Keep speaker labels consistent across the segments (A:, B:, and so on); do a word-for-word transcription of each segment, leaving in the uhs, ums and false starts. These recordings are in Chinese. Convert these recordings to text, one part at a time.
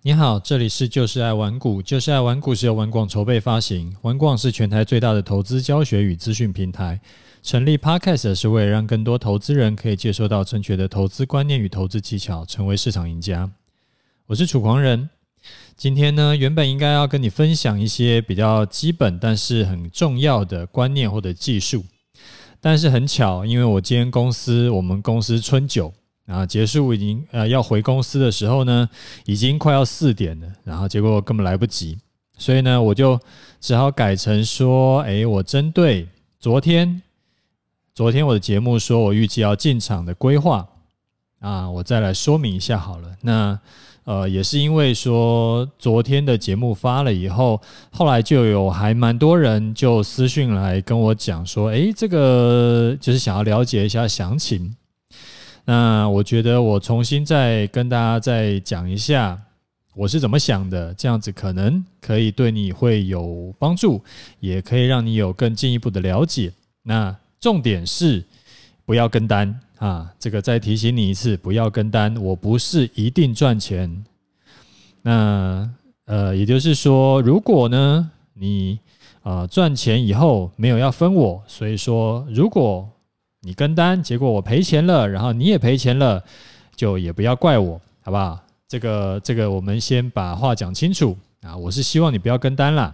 A: 你好，这里是就是爱玩股，就是爱玩股是由玩广筹备发行，玩广是全台最大的投资教学与资讯平台。成立 Podcast 是为了让更多投资人可以接受到正确的投资观念与投资技巧，成为市场赢家。我是楚狂人，今天呢，原本应该要跟你分享一些比较基本但是很重要的观念或者技术，但是很巧，因为我今天公司我们公司春酒啊，结束已经呃要回公司的时候呢，已经快要四点了，然后结果根本来不及，所以呢，我就只好改成说，诶，我针对昨天昨天我的节目说我预计要进场的规划啊，我再来说明一下好了。那呃也是因为说昨天的节目发了以后，后来就有还蛮多人就私讯来跟我讲说，诶，这个就是想要了解一下详情。那我觉得我重新再跟大家再讲一下我是怎么想的，这样子可能可以对你会有帮助，也可以让你有更进一步的了解。那重点是不要跟单啊，这个再提醒你一次，不要跟单，我不是一定赚钱。那呃，也就是说，如果呢你啊、呃、赚钱以后没有要分我，所以说如果你跟单，结果我赔钱了，然后你也赔钱了，就也不要怪我，好不好？这个这个，我们先把话讲清楚啊！我是希望你不要跟单啦。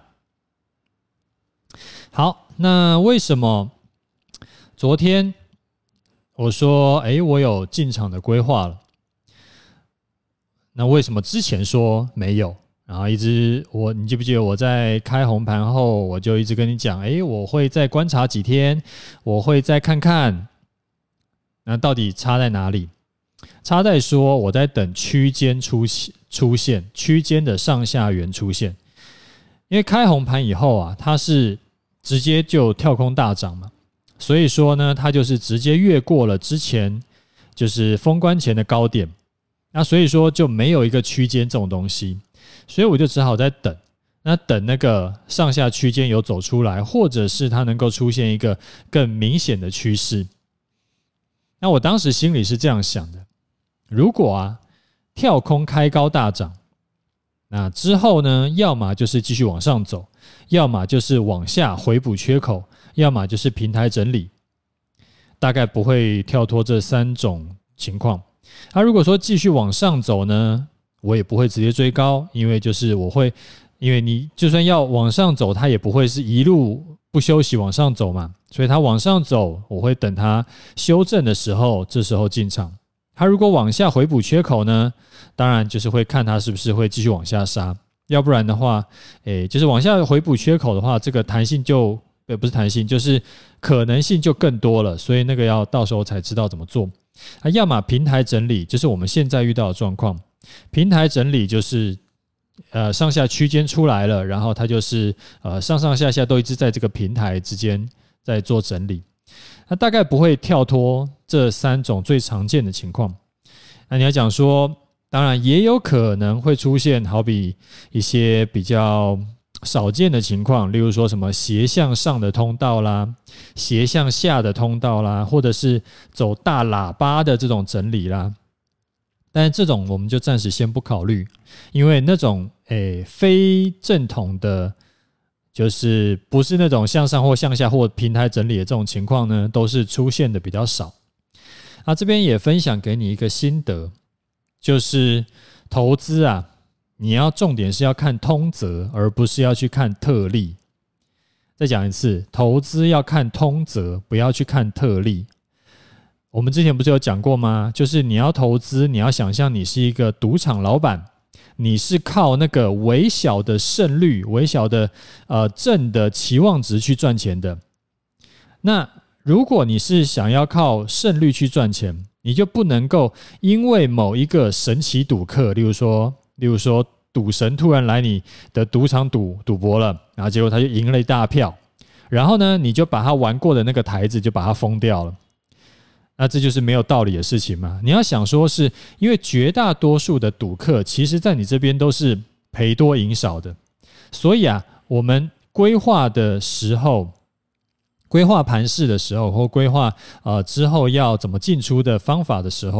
A: 好，那为什么昨天我说，哎，我有进场的规划了？那为什么之前说没有？然后一直我，你记不记得我在开红盘后，我就一直跟你讲，诶，我会再观察几天，我会再看看。那到底差在哪里？差在说我在等区间出出现，区间的上下缘出现。因为开红盘以后啊，它是直接就跳空大涨嘛，所以说呢，它就是直接越过了之前就是封关前的高点，那所以说就没有一个区间这种东西。所以我就只好在等，那等那个上下区间有走出来，或者是它能够出现一个更明显的趋势。那我当时心里是这样想的，如果啊跳空开高大涨，那之后呢，要么就是继续往上走，要么就是往下回补缺口，要么就是平台整理，大概不会跳脱这三种情况。那如果说继续往上走呢，我也不会直接追高，因为就是我会，因为你就算要往上走，它也不会是一路不休息往上走嘛，所以它往上走，我会等它修正的时候，这时候进场。它如果往下回补缺口呢，当然就是会看它是不是会继续往下杀，要不然的话，诶，就是往下回补缺口的话，这个弹性就呃不是弹性，就是可能性就更多了，所以那个要到时候才知道怎么做。啊，要么平台整理，就是我们现在遇到的状况。平台整理就是呃上下区间出来了，然后它就是呃上上下下都一直在这个平台之间在做整理，那大概不会跳脱这三种最常见的情况。那你要讲说，当然也有可能会出现好比一些比较少见的情况，例如说什么斜向上的通道啦，斜向下的通道啦，或者是走大喇叭的这种整理啦。但是这种我们就暂时先不考虑，因为那种诶非正统的，就是不是那种向上或向下或平台整理的这种情况呢，都是出现的比较少。啊，这边也分享给你一个心得，就是投资啊，你要重点是要看通则，而不是要去看特例。再讲一次，投资要看通则，不要去看特例。我们之前不是有讲过吗？就是你要投资，你要想象你是一个赌场老板，你是靠那个微小的胜率、微小的呃正的期望值去赚钱的。那如果你是想要靠胜率去赚钱，你就不能够因为某一个神奇赌客，例如说，例如说赌神突然来你的赌场赌赌博了，然后结果他就赢了一大票，然后呢，你就把他玩过的那个台子就把它封掉了。那这就是没有道理的事情嘛？你要想说是因为绝大多数的赌客其实在你这边都是赔多赢少的，所以啊，我们规划的时候，规划盘势的时候，或规划呃之后要怎么进出的方法的时候，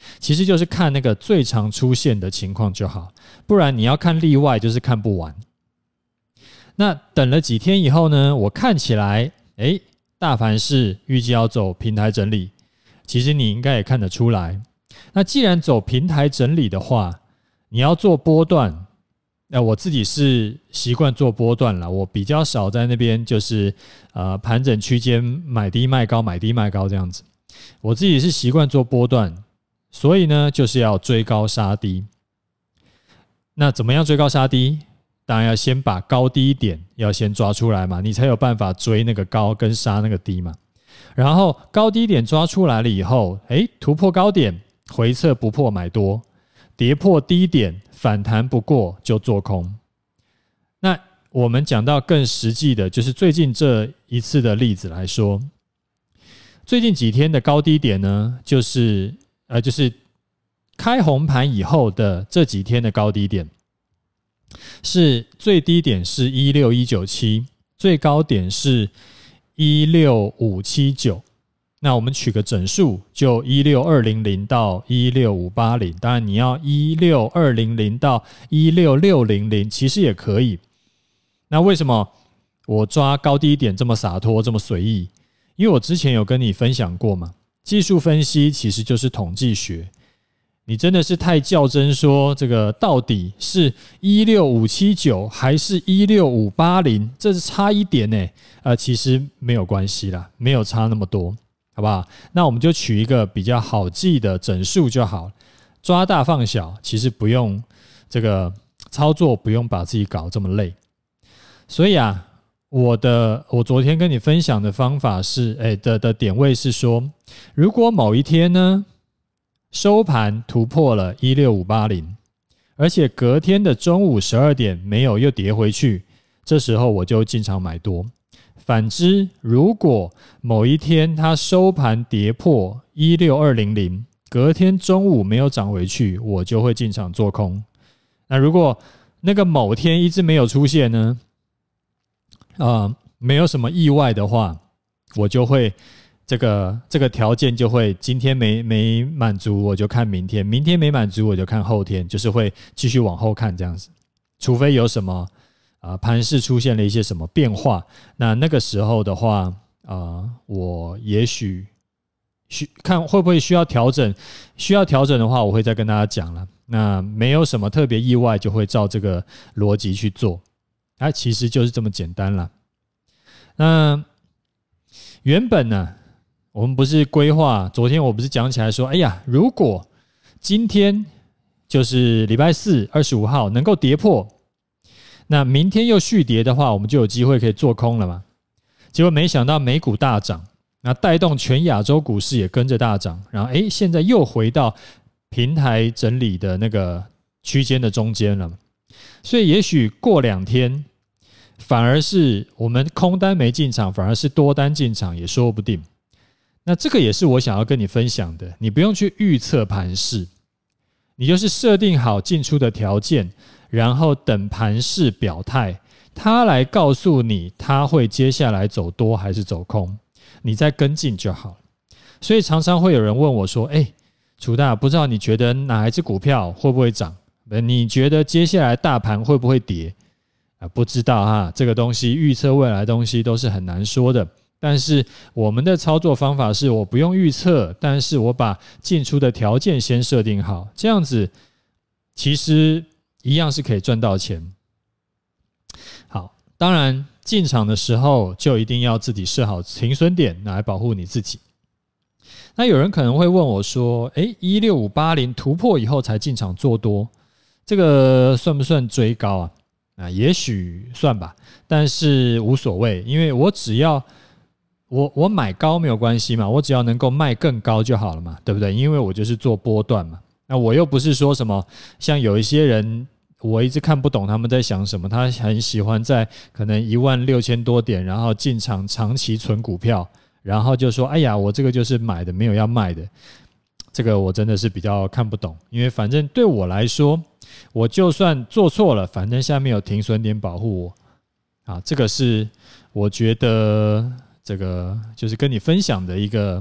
A: 其实就是看那个最常出现的情况就好，不然你要看例外就是看不完。那等了几天以后呢，我看起来诶大盘是预计要走平台整理，其实你应该也看得出来。那既然走平台整理的话，你要做波段，那我自己是习惯做波段啦，我比较少在那边就是呃盘整区间买低卖高买低卖高这样子，我自己是习惯做波段，所以呢就是要追高杀低。那怎么样追高杀低？当然要先把高低点要先抓出来嘛，你才有办法追那个高跟杀那个低嘛。然后高低点抓出来了以后，诶突破高点回撤不破买多，跌破低点反弹不过就做空。那我们讲到更实际的，就是最近这一次的例子来说，最近几天的高低点呢，就是呃就是开红盘以后的这几天的高低点，是最低点是一六一九七，最高点是一六五七九。那我们取个整数，就一六二零零到一六五八零，当然你要一六二零零到一六六零零其实也可以。那为什么我抓高低点这么洒脱这么随意？因为我之前有跟你分享过嘛，技术分析其实就是统计学，你真的是太较真说这个到底是一六五七九还是一六五八零，这是差一点呢、欸呃，其实没有关系啦，没有差那么多，好不好？那我们就取一个比较好记的整数就好，抓大放小，其实不用这个操作，不用把自己搞这么累。所以啊，我的我昨天跟你分享的方法是，哎的的点位是说，如果某一天呢收盘突破了一六五八零，而且隔天的中午十二点没有又跌回去，这时候我就进场买多。反之，如果某一天它收盘跌破一六二零零，隔天中午没有涨回去，我就会进场做空。那如果那个某天一直没有出现呢，呃，没有什么意外的话，我就会这个这个条件就会今天没没满足，我就看明天；明天没满足，我就看后天，就是会继续往后看这样子。除非有什么啊盘势出现了一些什么变化，那那个时候的话，啊，我也许需看会不会需要调整，需要调整的话，我会再跟大家讲了。那没有什么特别意外，就会照这个逻辑去做。它、啊、其实就是这么简单啦。那原本呢，我们不是规划，昨天我不是讲起来说，哎呀，如果今天就是礼拜四二十五号能够跌破，那明天又续跌的话，我们就有机会可以做空了嘛。结果没想到美股大涨，那带动全亚洲股市也跟着大涨，然后哎，现在又回到平台整理的那个区间的中间了。所以也许过两天反而是我们空单没进场，反而是多单进场也说不定。那这个也是我想要跟你分享的，你不用去预测盘势，你就是设定好进出的条件，然后等盘势表态，它来告诉你它会接下来走多还是走空，你再跟进就好。所以常常会有人问我说，哎，楚大，不知道你觉得哪一只股票会不会涨？你觉得接下来大盘会不会跌？啊，不知道哈，这个东西预测未来的东西都是很难说的。但是我们的操作方法是我不用预测，但是我把进出的条件先设定好，这样子其实一样是可以赚到钱。好，当然进场的时候就一定要自己设好停损点来保护你自己。那有人可能会问我说，诶，一六五八零突破以后才进场做多，这个算不算追高啊？啊，也许算吧，但是无所谓，因为我只要我我买高没有关系嘛，我只要能够卖更高就好了嘛，对不对？因为我就是做波段嘛。那我又不是说什么像有一些人，我一直看不懂他们在想什么，他很喜欢在可能一万六千多点，然后进场长期存股票，然后就说，哎呀，我这个就是买的，没有要卖的。这个我真的是比较看不懂，因为反正对我来说，我就算做错了，反正下面有停损点保护我啊，这个是我觉得这个就是跟你分享的一个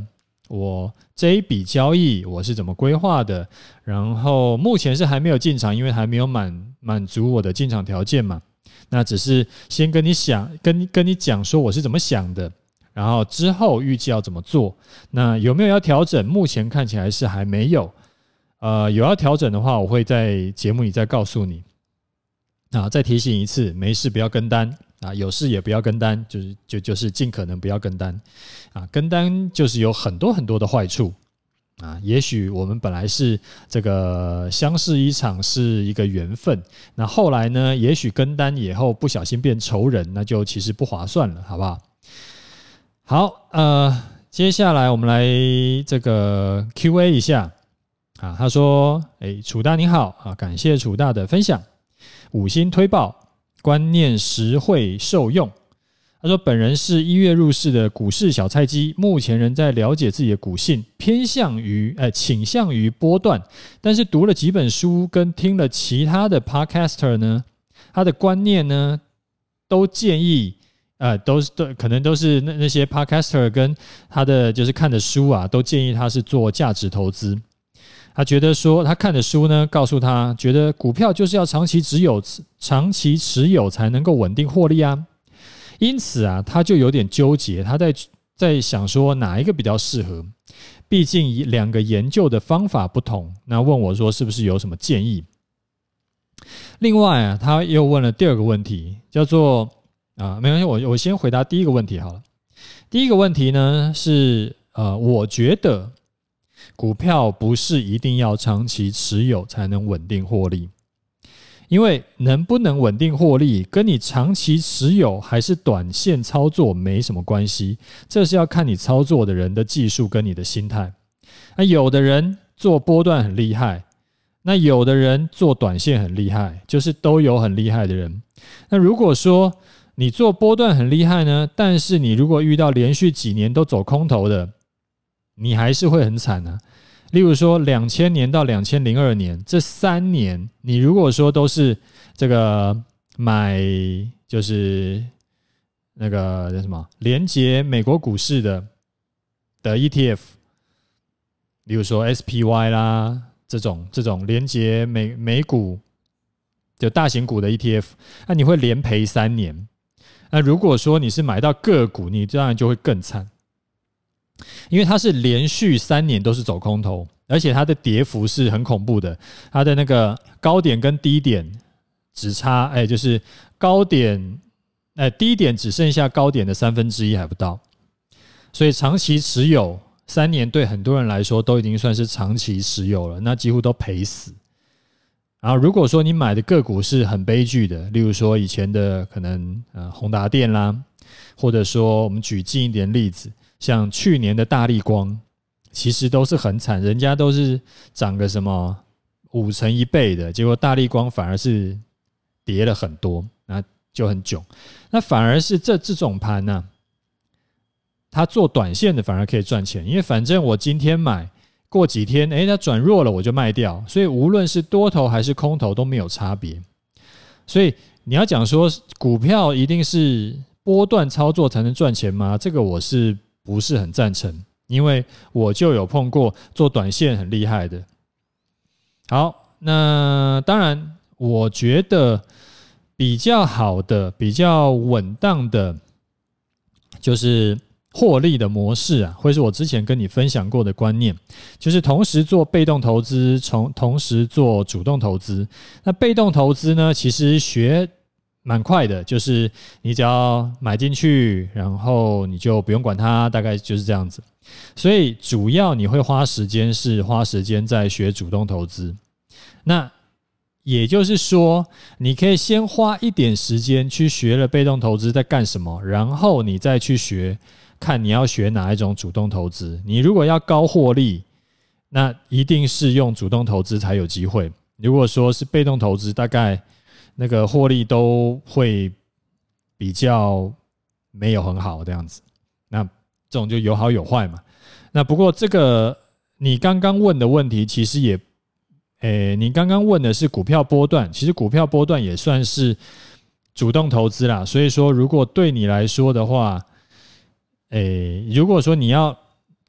A: 我这一笔交易我是怎么规划的，然后目前是还没有进场，因为还没有满满足我的进场条件嘛。那只是先跟你想跟跟你讲说我是怎么想的，然后之后预计要怎么做。那有没有要调整？目前看起来是还没有。呃，有要调整的话，我会在节目里再告诉你。啊，再提醒一次，没事不要跟单啊，有事也不要跟单，就是就就是尽可能不要跟单啊。跟单就是有很多很多的坏处啊。也许我们本来是这个相识一场是一个缘分，那后来呢，也许跟单以后不小心变仇人，那就其实不划算了，好不好？好，呃，接下来我们来这个 Q A 一下啊。他说：“哎，楚大你好啊，感谢楚大的分享。五星推报，观念实惠受用。”他说：“本人是一月入市的股市小菜鸡，目前仍在了解自己的股性，偏向于呃倾向于波段，但是读了几本书跟听了其他的 podcaster 呢，他的观念呢都建议呃都是都可能都是那那些 podcaster 跟他的就是看的书啊，都建议他是做价值投资。”他觉得说，他看的书呢，告诉他，觉得股票就是要长期持有，长期持有才能够稳定获利啊。因此啊，他就有点纠结，他在在想说哪一个比较适合。毕竟两个研究的方法不同，那问我说是不是有什么建议？另外啊，他又问了第二个问题，叫做啊，没关系，我我先回答第一个问题好了。第一个问题呢是呃，我觉得股票不是一定要长期持有才能稳定获利，因为能不能稳定获利跟你长期持有还是短线操作没什么关系，这是要看你操作的人的技术跟你的心态。那有的人做波段很厉害，那有的人做短线很厉害，就是都有很厉害的人。那如果说你做波段很厉害呢，但是你如果遇到连续几年都走空头的，你还是会很惨啊。例如说两千年到两千零二年这三年，你如果说都是这个买就是那个叫什么连结美国股市的的 E T F， 例如说 S P Y 啦，这种这种连结美美股就大型股的 E T F， 那你会连赔三年。那如果说你是买到个股，你当然就会更惨。因为它是连续三年都是走空头，而且它的跌幅是很恐怖的，它的那个高点跟低点只差，哎，就是高点，哎，低点只剩下高点的三分之一还不到，所以长期持有三年对很多人来说都已经算是长期持有了，那几乎都赔死。然后如果说你买的个股是很悲剧的，例如说以前的可能呃宏达电啦，或者说我们举近一点例子。像去年的大立光，其实都是很惨，人家都是涨个什么五成一倍的，结果大立光反而是跌了很多，那就很囧。那反而是这这种盘呢、啊，它做短线的反而可以赚钱，因为反正我今天买，过几天哎它转弱了我就卖掉，所以无论是多头还是空头都没有差别。所以你要讲说股票一定是波段操作才能赚钱吗？这个我是不是很赞成，因为我就有碰过做短线很厉害的。好，那当然我觉得比较好的比较稳当的就是获利的模式啊，会是我之前跟你分享过的观念，就是同时做被动投资，同时做主动投资。那被动投资呢，其实学蛮快的，就是你只要买进去，然后你就不用管它，大概就是这样子。所以主要你会花时间是花时间在学主动投资。那也就是说，你可以先花一点时间去学了被动投资在干什么，然后你再去学，看你要学哪一种主动投资。你如果要高获利，那一定是用主动投资才有机会。如果说是被动投资，大概那个获利都会比较没有很好这样子，那这种就有好有坏嘛。那不过这个你刚刚问的问题其实也，诶，你刚刚问的是股票波段，其实股票波段也算是主动投资啦。所以说如果对你来说的话，诶，如果说你要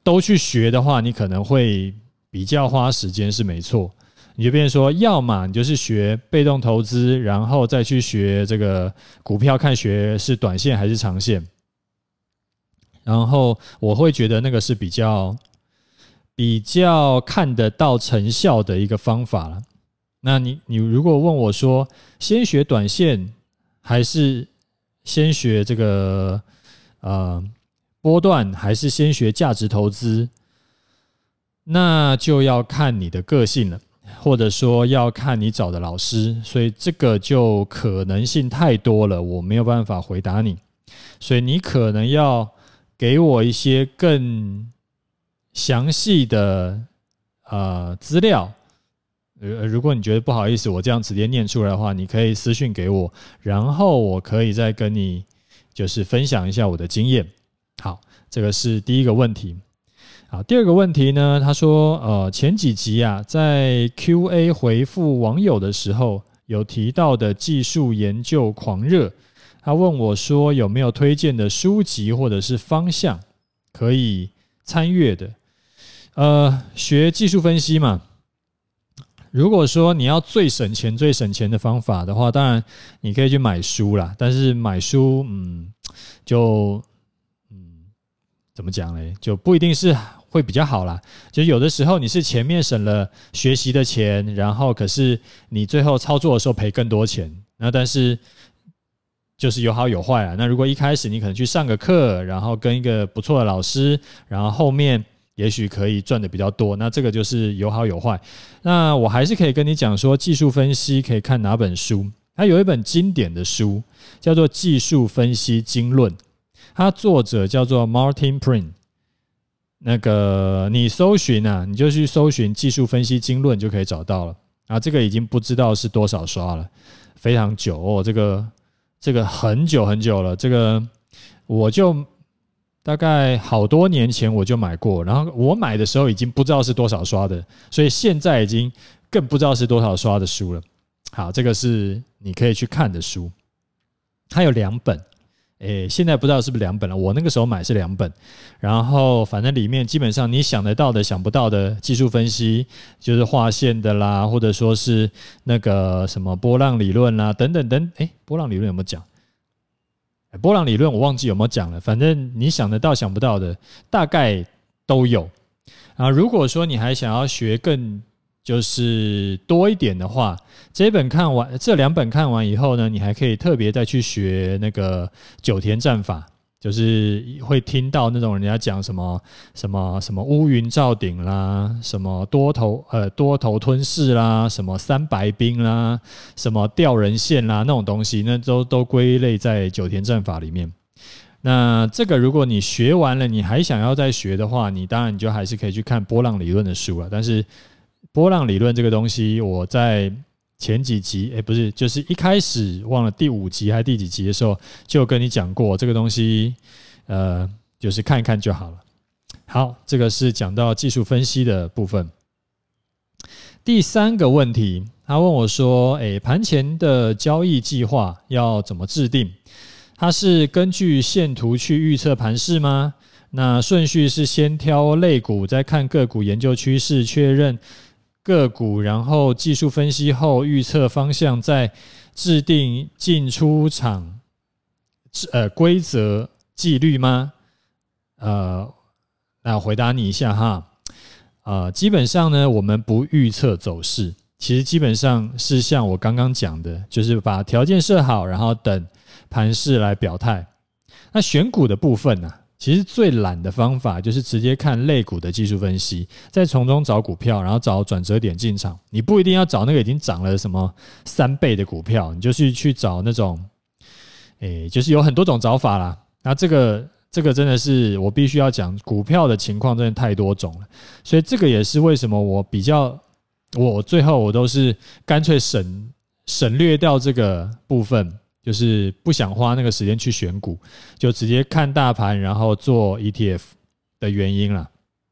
A: 都去学的话，你可能会比较花时间是没错。你就变成说，要么你就是学被动投资，然后再去学这个股票，看学是短线还是长线。然后我会觉得那个是比较比较看得到成效的一个方法了。那你你如果问我说，先学短线还是先学这个呃波段，还是先学价值投资，那就要看你的个性了。或者说要看你找的老师，所以这个就可能性太多了，我没有办法回答你。所以你可能要给我一些更详细的呃资料。呃，如果你觉得不好意思，我这样直接念出来的话，你可以私讯给我，然后我可以再跟你就是分享一下我的经验。好，这个是第一个问题。好，第二个问题呢，他说，呃，前几集啊，在 Q A 回复网友的时候，有提到的技术研究狂热，他问我说有没有推荐的书籍或者是方向可以参阅的？呃，学技术分析嘛，如果说你要最省钱、最省钱的方法的话，当然你可以去买书啦，但是买书，嗯，就嗯，怎么讲嘞？就不一定是会比较好啦，就有的时候你是前面省了学习的钱，然后可是你最后操作的时候赔更多钱，那但是就是有好有坏啊。那如果一开始你可能去上个课，然后跟一个不错的老师，然后后面也许可以赚的比较多，那这个就是有好有坏。那我还是可以跟你讲说，技术分析可以看哪本书，它有一本经典的书叫做《技术分析经论》，它作者叫做 Martin Pring。那个你搜寻啊，你就去搜寻技术分析经论就可以找到了啊。这个已经不知道是多少刷了，非常久哦，这个这个很久很久了。这个我就大概好多年前我就买过，然后我买的时候已经不知道是多少刷的，所以现在已经更不知道是多少刷的书了。好，这个是你可以去看的书，它有两本。诶，现在不知道是不是两本了，我那个时候买是两本，然后反正里面基本上你想得到的、想不到的技术分析，就是画线的啦，或者说是那个什么波浪理论啦，等等等。诶，波浪理论有没有讲？波浪理论我忘记有没有讲了，反正你想得到、想不到的，大概都有。啊，如果说你还想要学更就是多一点的话，这本看完，这两本看完以后呢，你还可以特别再去学那个九田战法，就是会听到那种人家讲什么什么什么乌云罩顶啦，什么多头呃多头吞噬啦，什么三白兵啦，什么吊人线啦那种东西，那都都归类在九田战法里面。那这个如果你学完了，你还想要再学的话，你当然你就还是可以去看波浪理论的书了，但是波浪理论这个东西，我在前几集，哎，不是，就是一开始忘了第五集还是第几集的时候，就跟你讲过这个东西，呃，就是看一看就好了。好，这个是讲到技术分析的部分。第三个问题，他问我说，哎，盘前的交易计划要怎么制定？它是根据线图去预测盘势吗？那顺序是先挑类股，再看个股研究趋势，确认个股，然后技术分析后预测方向，再制定进出场呃规则纪律吗？呃，那回答你一下哈，呃，基本上呢，我们不预测走势，其实基本上是像我刚刚讲的，就是把条件设好，然后等盘势来表态。那选股的部分呢、啊？其实最懒的方法就是直接看类股的技术分析，再从中找股票，然后找转折点进场。你不一定要找那个已经涨了什么三倍的股票，你就是去找那种，诶，就是有很多种找法啦。那这个这个真的是我必须要讲，股票的情况真的太多种了，所以这个也是为什么我比较，我最后我都是干脆省省略掉这个部分。就是不想花那个时间去选股，就直接看大盘，然后做 E T F 的原因啦。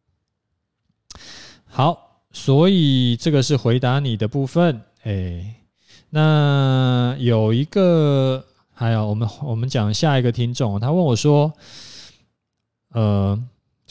A: 好，所以这个是回答你的部分。哎，那有一个，还有我们我们讲下一个听众，他问我说，呃，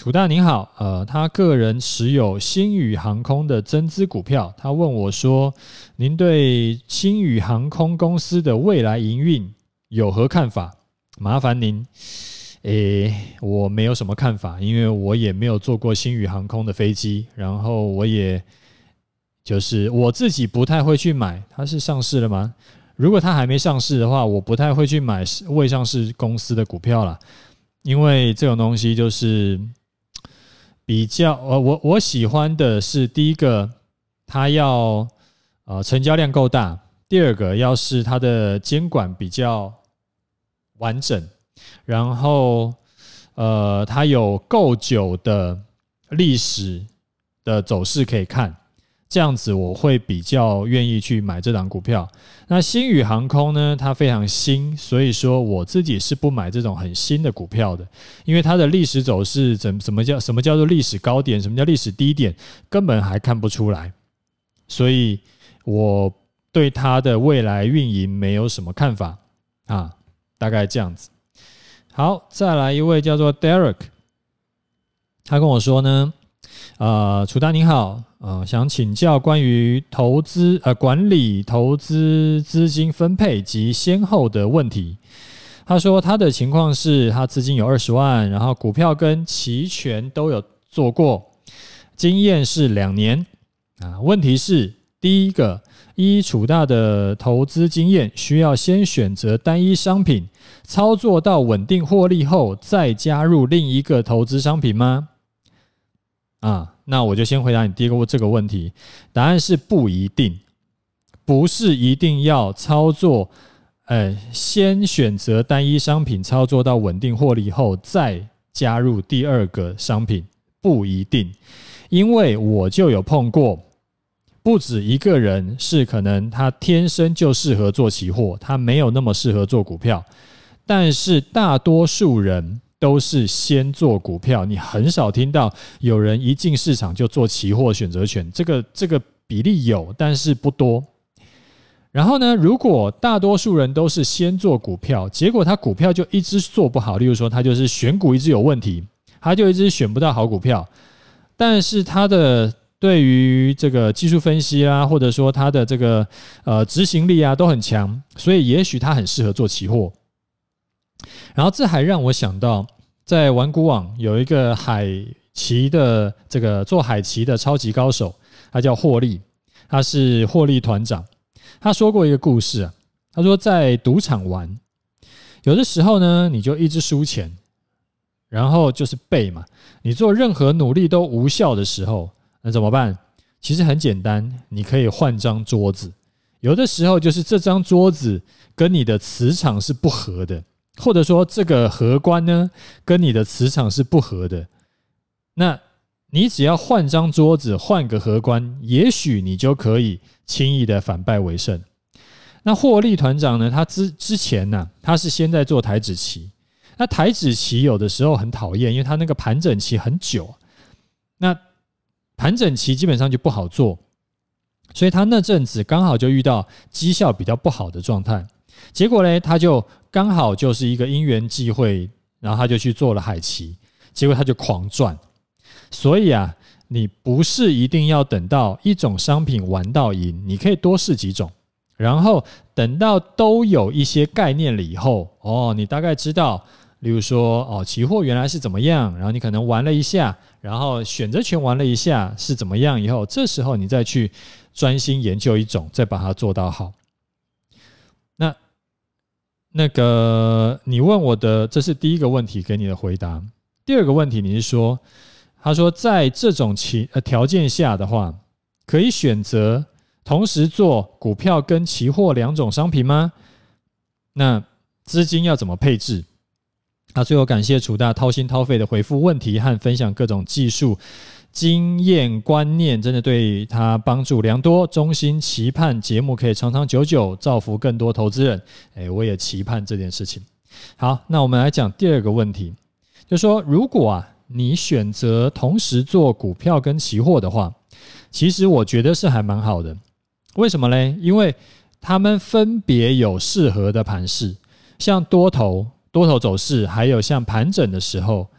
A: 楚大您好，呃，他个人持有星宇航空的增资股票，他问我说，您对星宇航空公司的未来营运有何看法？麻烦您。诶，我没有什么看法，因为我也没有坐过星宇航空的飞机，然后我也就是我自己不太会去买。它是上市了吗？如果它还没上市的话，我不太会去买未上市公司的股票啦，因为这种东西就是比较呃，我我喜欢的是第一个，它要呃成交量够大；第二个，要是它的监管比较完整。然后，呃，它有够久的历史的走势可以看，这样子我会比较愿意去买这档股票。那星宇航空呢，它非常新，所以说我自己是不买这种很新的股票的，因为它的历史走势怎什么叫什么叫做历史高点，什么叫历史低点，根本还看不出来，所以我对它的未来运营没有什么看法啊，大概这样子。好，再来一位叫做 Derek， 他跟我说呢，呃，楚大您好，呃，想请教关于投资呃管理投资资金分配及先后的问题。他说他的情况是他资金有二十万，然后股票跟期权都有做过，经验是两年啊。问题是第一个，依楚大的投资经验，需要先选择单一商品，操作到稳定获利后，再加入另一个投资商品吗？啊，那我就先回答你第一个这个问题，答案是不一定，不是一定要操作，呃，先选择单一商品操作到稳定获利后，再加入第二个商品，不一定，因为我就有碰过。不止一个人是可能他天生就适合做期货，他没有那么适合做股票，但是大多数人都是先做股票，你很少听到有人一进市场就做期货选择权，这个这个比例有，但是不多。然后呢，如果大多数人都是先做股票，结果他股票就一直做不好，例如说他就是选股一直有问题，他就一直选不到好股票，但是他的对于这个技术分析啊，或者说他的这个呃执行力啊都很强，所以也许他很适合做期货。然后这还让我想到，在玩股网有一个海期的这个做海期的超级高手，他叫获利，他是获利团长。他说过一个故事啊，他说在赌场玩，有的时候呢你就一直输钱，然后就是背嘛，你做任何努力都无效的时候。那怎么办？其实很简单，你可以换张桌子。有的时候就是这张桌子跟你的磁场是不合的，或者说这个荷官呢跟你的磁场是不合的。那你只要换张桌子，换个荷官，也许你就可以轻易的反败为胜。那获利团长呢，他之之前呢、啊，他是先在做台指期。那台指期有的时候很讨厌，因为他那个盘整期很久。那盘整期基本上就不好做，所以他那阵子刚好就遇到绩效比较不好的状态，结果呢，他就刚好就是一个因缘际会，然后他就去做了海期，结果他就狂赚。所以啊，你不是一定要等到一种商品玩到赢，你可以多试几种，然后等到都有一些概念了以后，哦，你大概知道。例如说，哦，期货原来是怎么样，然后你可能玩了一下，然后选择权玩了一下是怎么样以后，这时候你再去专心研究一种，再把它做到好。那那个你问我的，这是第一个问题给你的回答。第二个问题你是说，他说在这种期呃条件下的话，可以选择同时做股票跟期货两种商品吗？那资金要怎么配置？啊，最后感谢楚大掏心掏肺的回复问题和分享各种技术经验观念，真的对他帮助良多。衷心期盼节目可以长长久久，造福更多投资人。哎，我也期盼这件事情。好，那我们来讲第二个问题，就是说，如果啊你选择同时做股票跟期货的话，其实我觉得是还蛮好的。为什么呢？因为他们分别有适合的盘势，像多头。多头走势，还有像盘整的时候，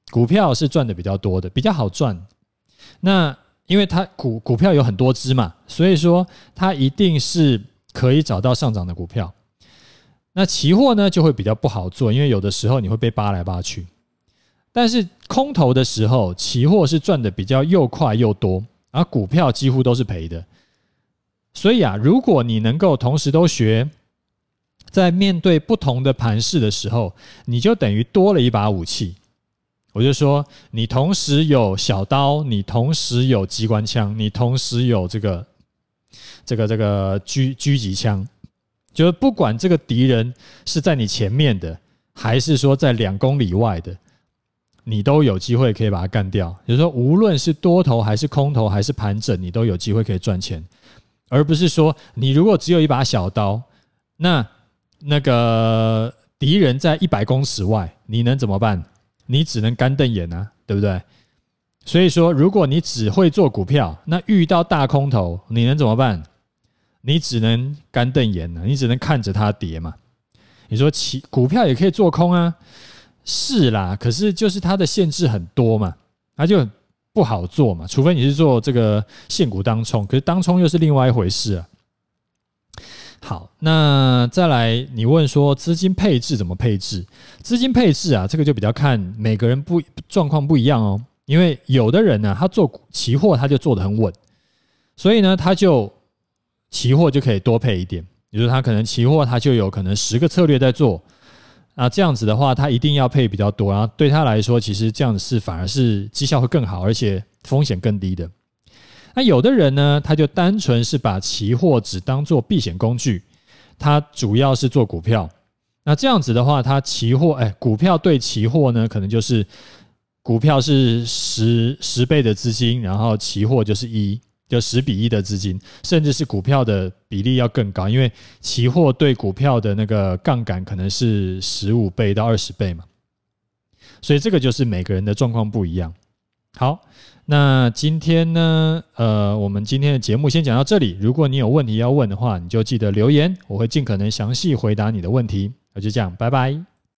A: 股票是赚的比较多的，比较好赚。那因为它股股票有很多只嘛，所以说它一定是可以找到上涨的股票。那期货呢就会比较不好做，因为有的时候你会被扒来扒去。但是空头的时候，期货是赚的比较又快又多，而股票几乎都是赔的。所以啊，如果你能够同时都学，在面对不同的盘势的时候，你就等于多了一把武器。我就说，你同时有小刀，你同时有机关枪，你同时有这个这个这个狙狙击枪，就是不管这个敌人是在你前面的，还是说在两公里外的，你都有机会可以把它干掉。就是说，无论是多头还是空头还是盘整，你都有机会可以赚钱，而不是说你如果只有一把小刀，那那个敌人在一百公尺外，你能怎么办？你只能干瞪眼啊，对不对？所以说，如果你只会做股票，那遇到大空头，你能怎么办？你只能干瞪眼啊，你只能看着它跌嘛。你说其股票也可以做空啊，是啦，可是就是它的限制很多嘛，它就不好做嘛，除非你是做这个现股当冲，可是当冲又是另外一回事啊。好，那再来，你问说资金配置怎么配置？资金配置啊，这个就比较看每个人不状况不一样哦。因为有的人呢、啊，他做期货他就做得很稳，所以呢，他就期货就可以多配一点。比如说他可能期货他就有可能十个策略在做，啊，这样子的话，他一定要配比较多，然后对他来说，其实这样子是反而是绩效会更好，而且风险更低的。那有的人呢，他就单纯是把期货只当做避险工具，他主要是做股票。那这样子的话，他期货哎，股票对期货呢，可能就是股票是十十倍的资金，然后期货就是一，就十比一的资金，甚至是股票的比例要更高，因为期货对股票的那个杠杆可能是十五倍到二十倍嘛。所以这个就是每个人的状况不一样。好。那今天呢，呃，我们今天的节目先讲到这里。如果你有问题要问的话，你就记得留言，我会尽可能详细回答你的问题。那就这样，拜拜。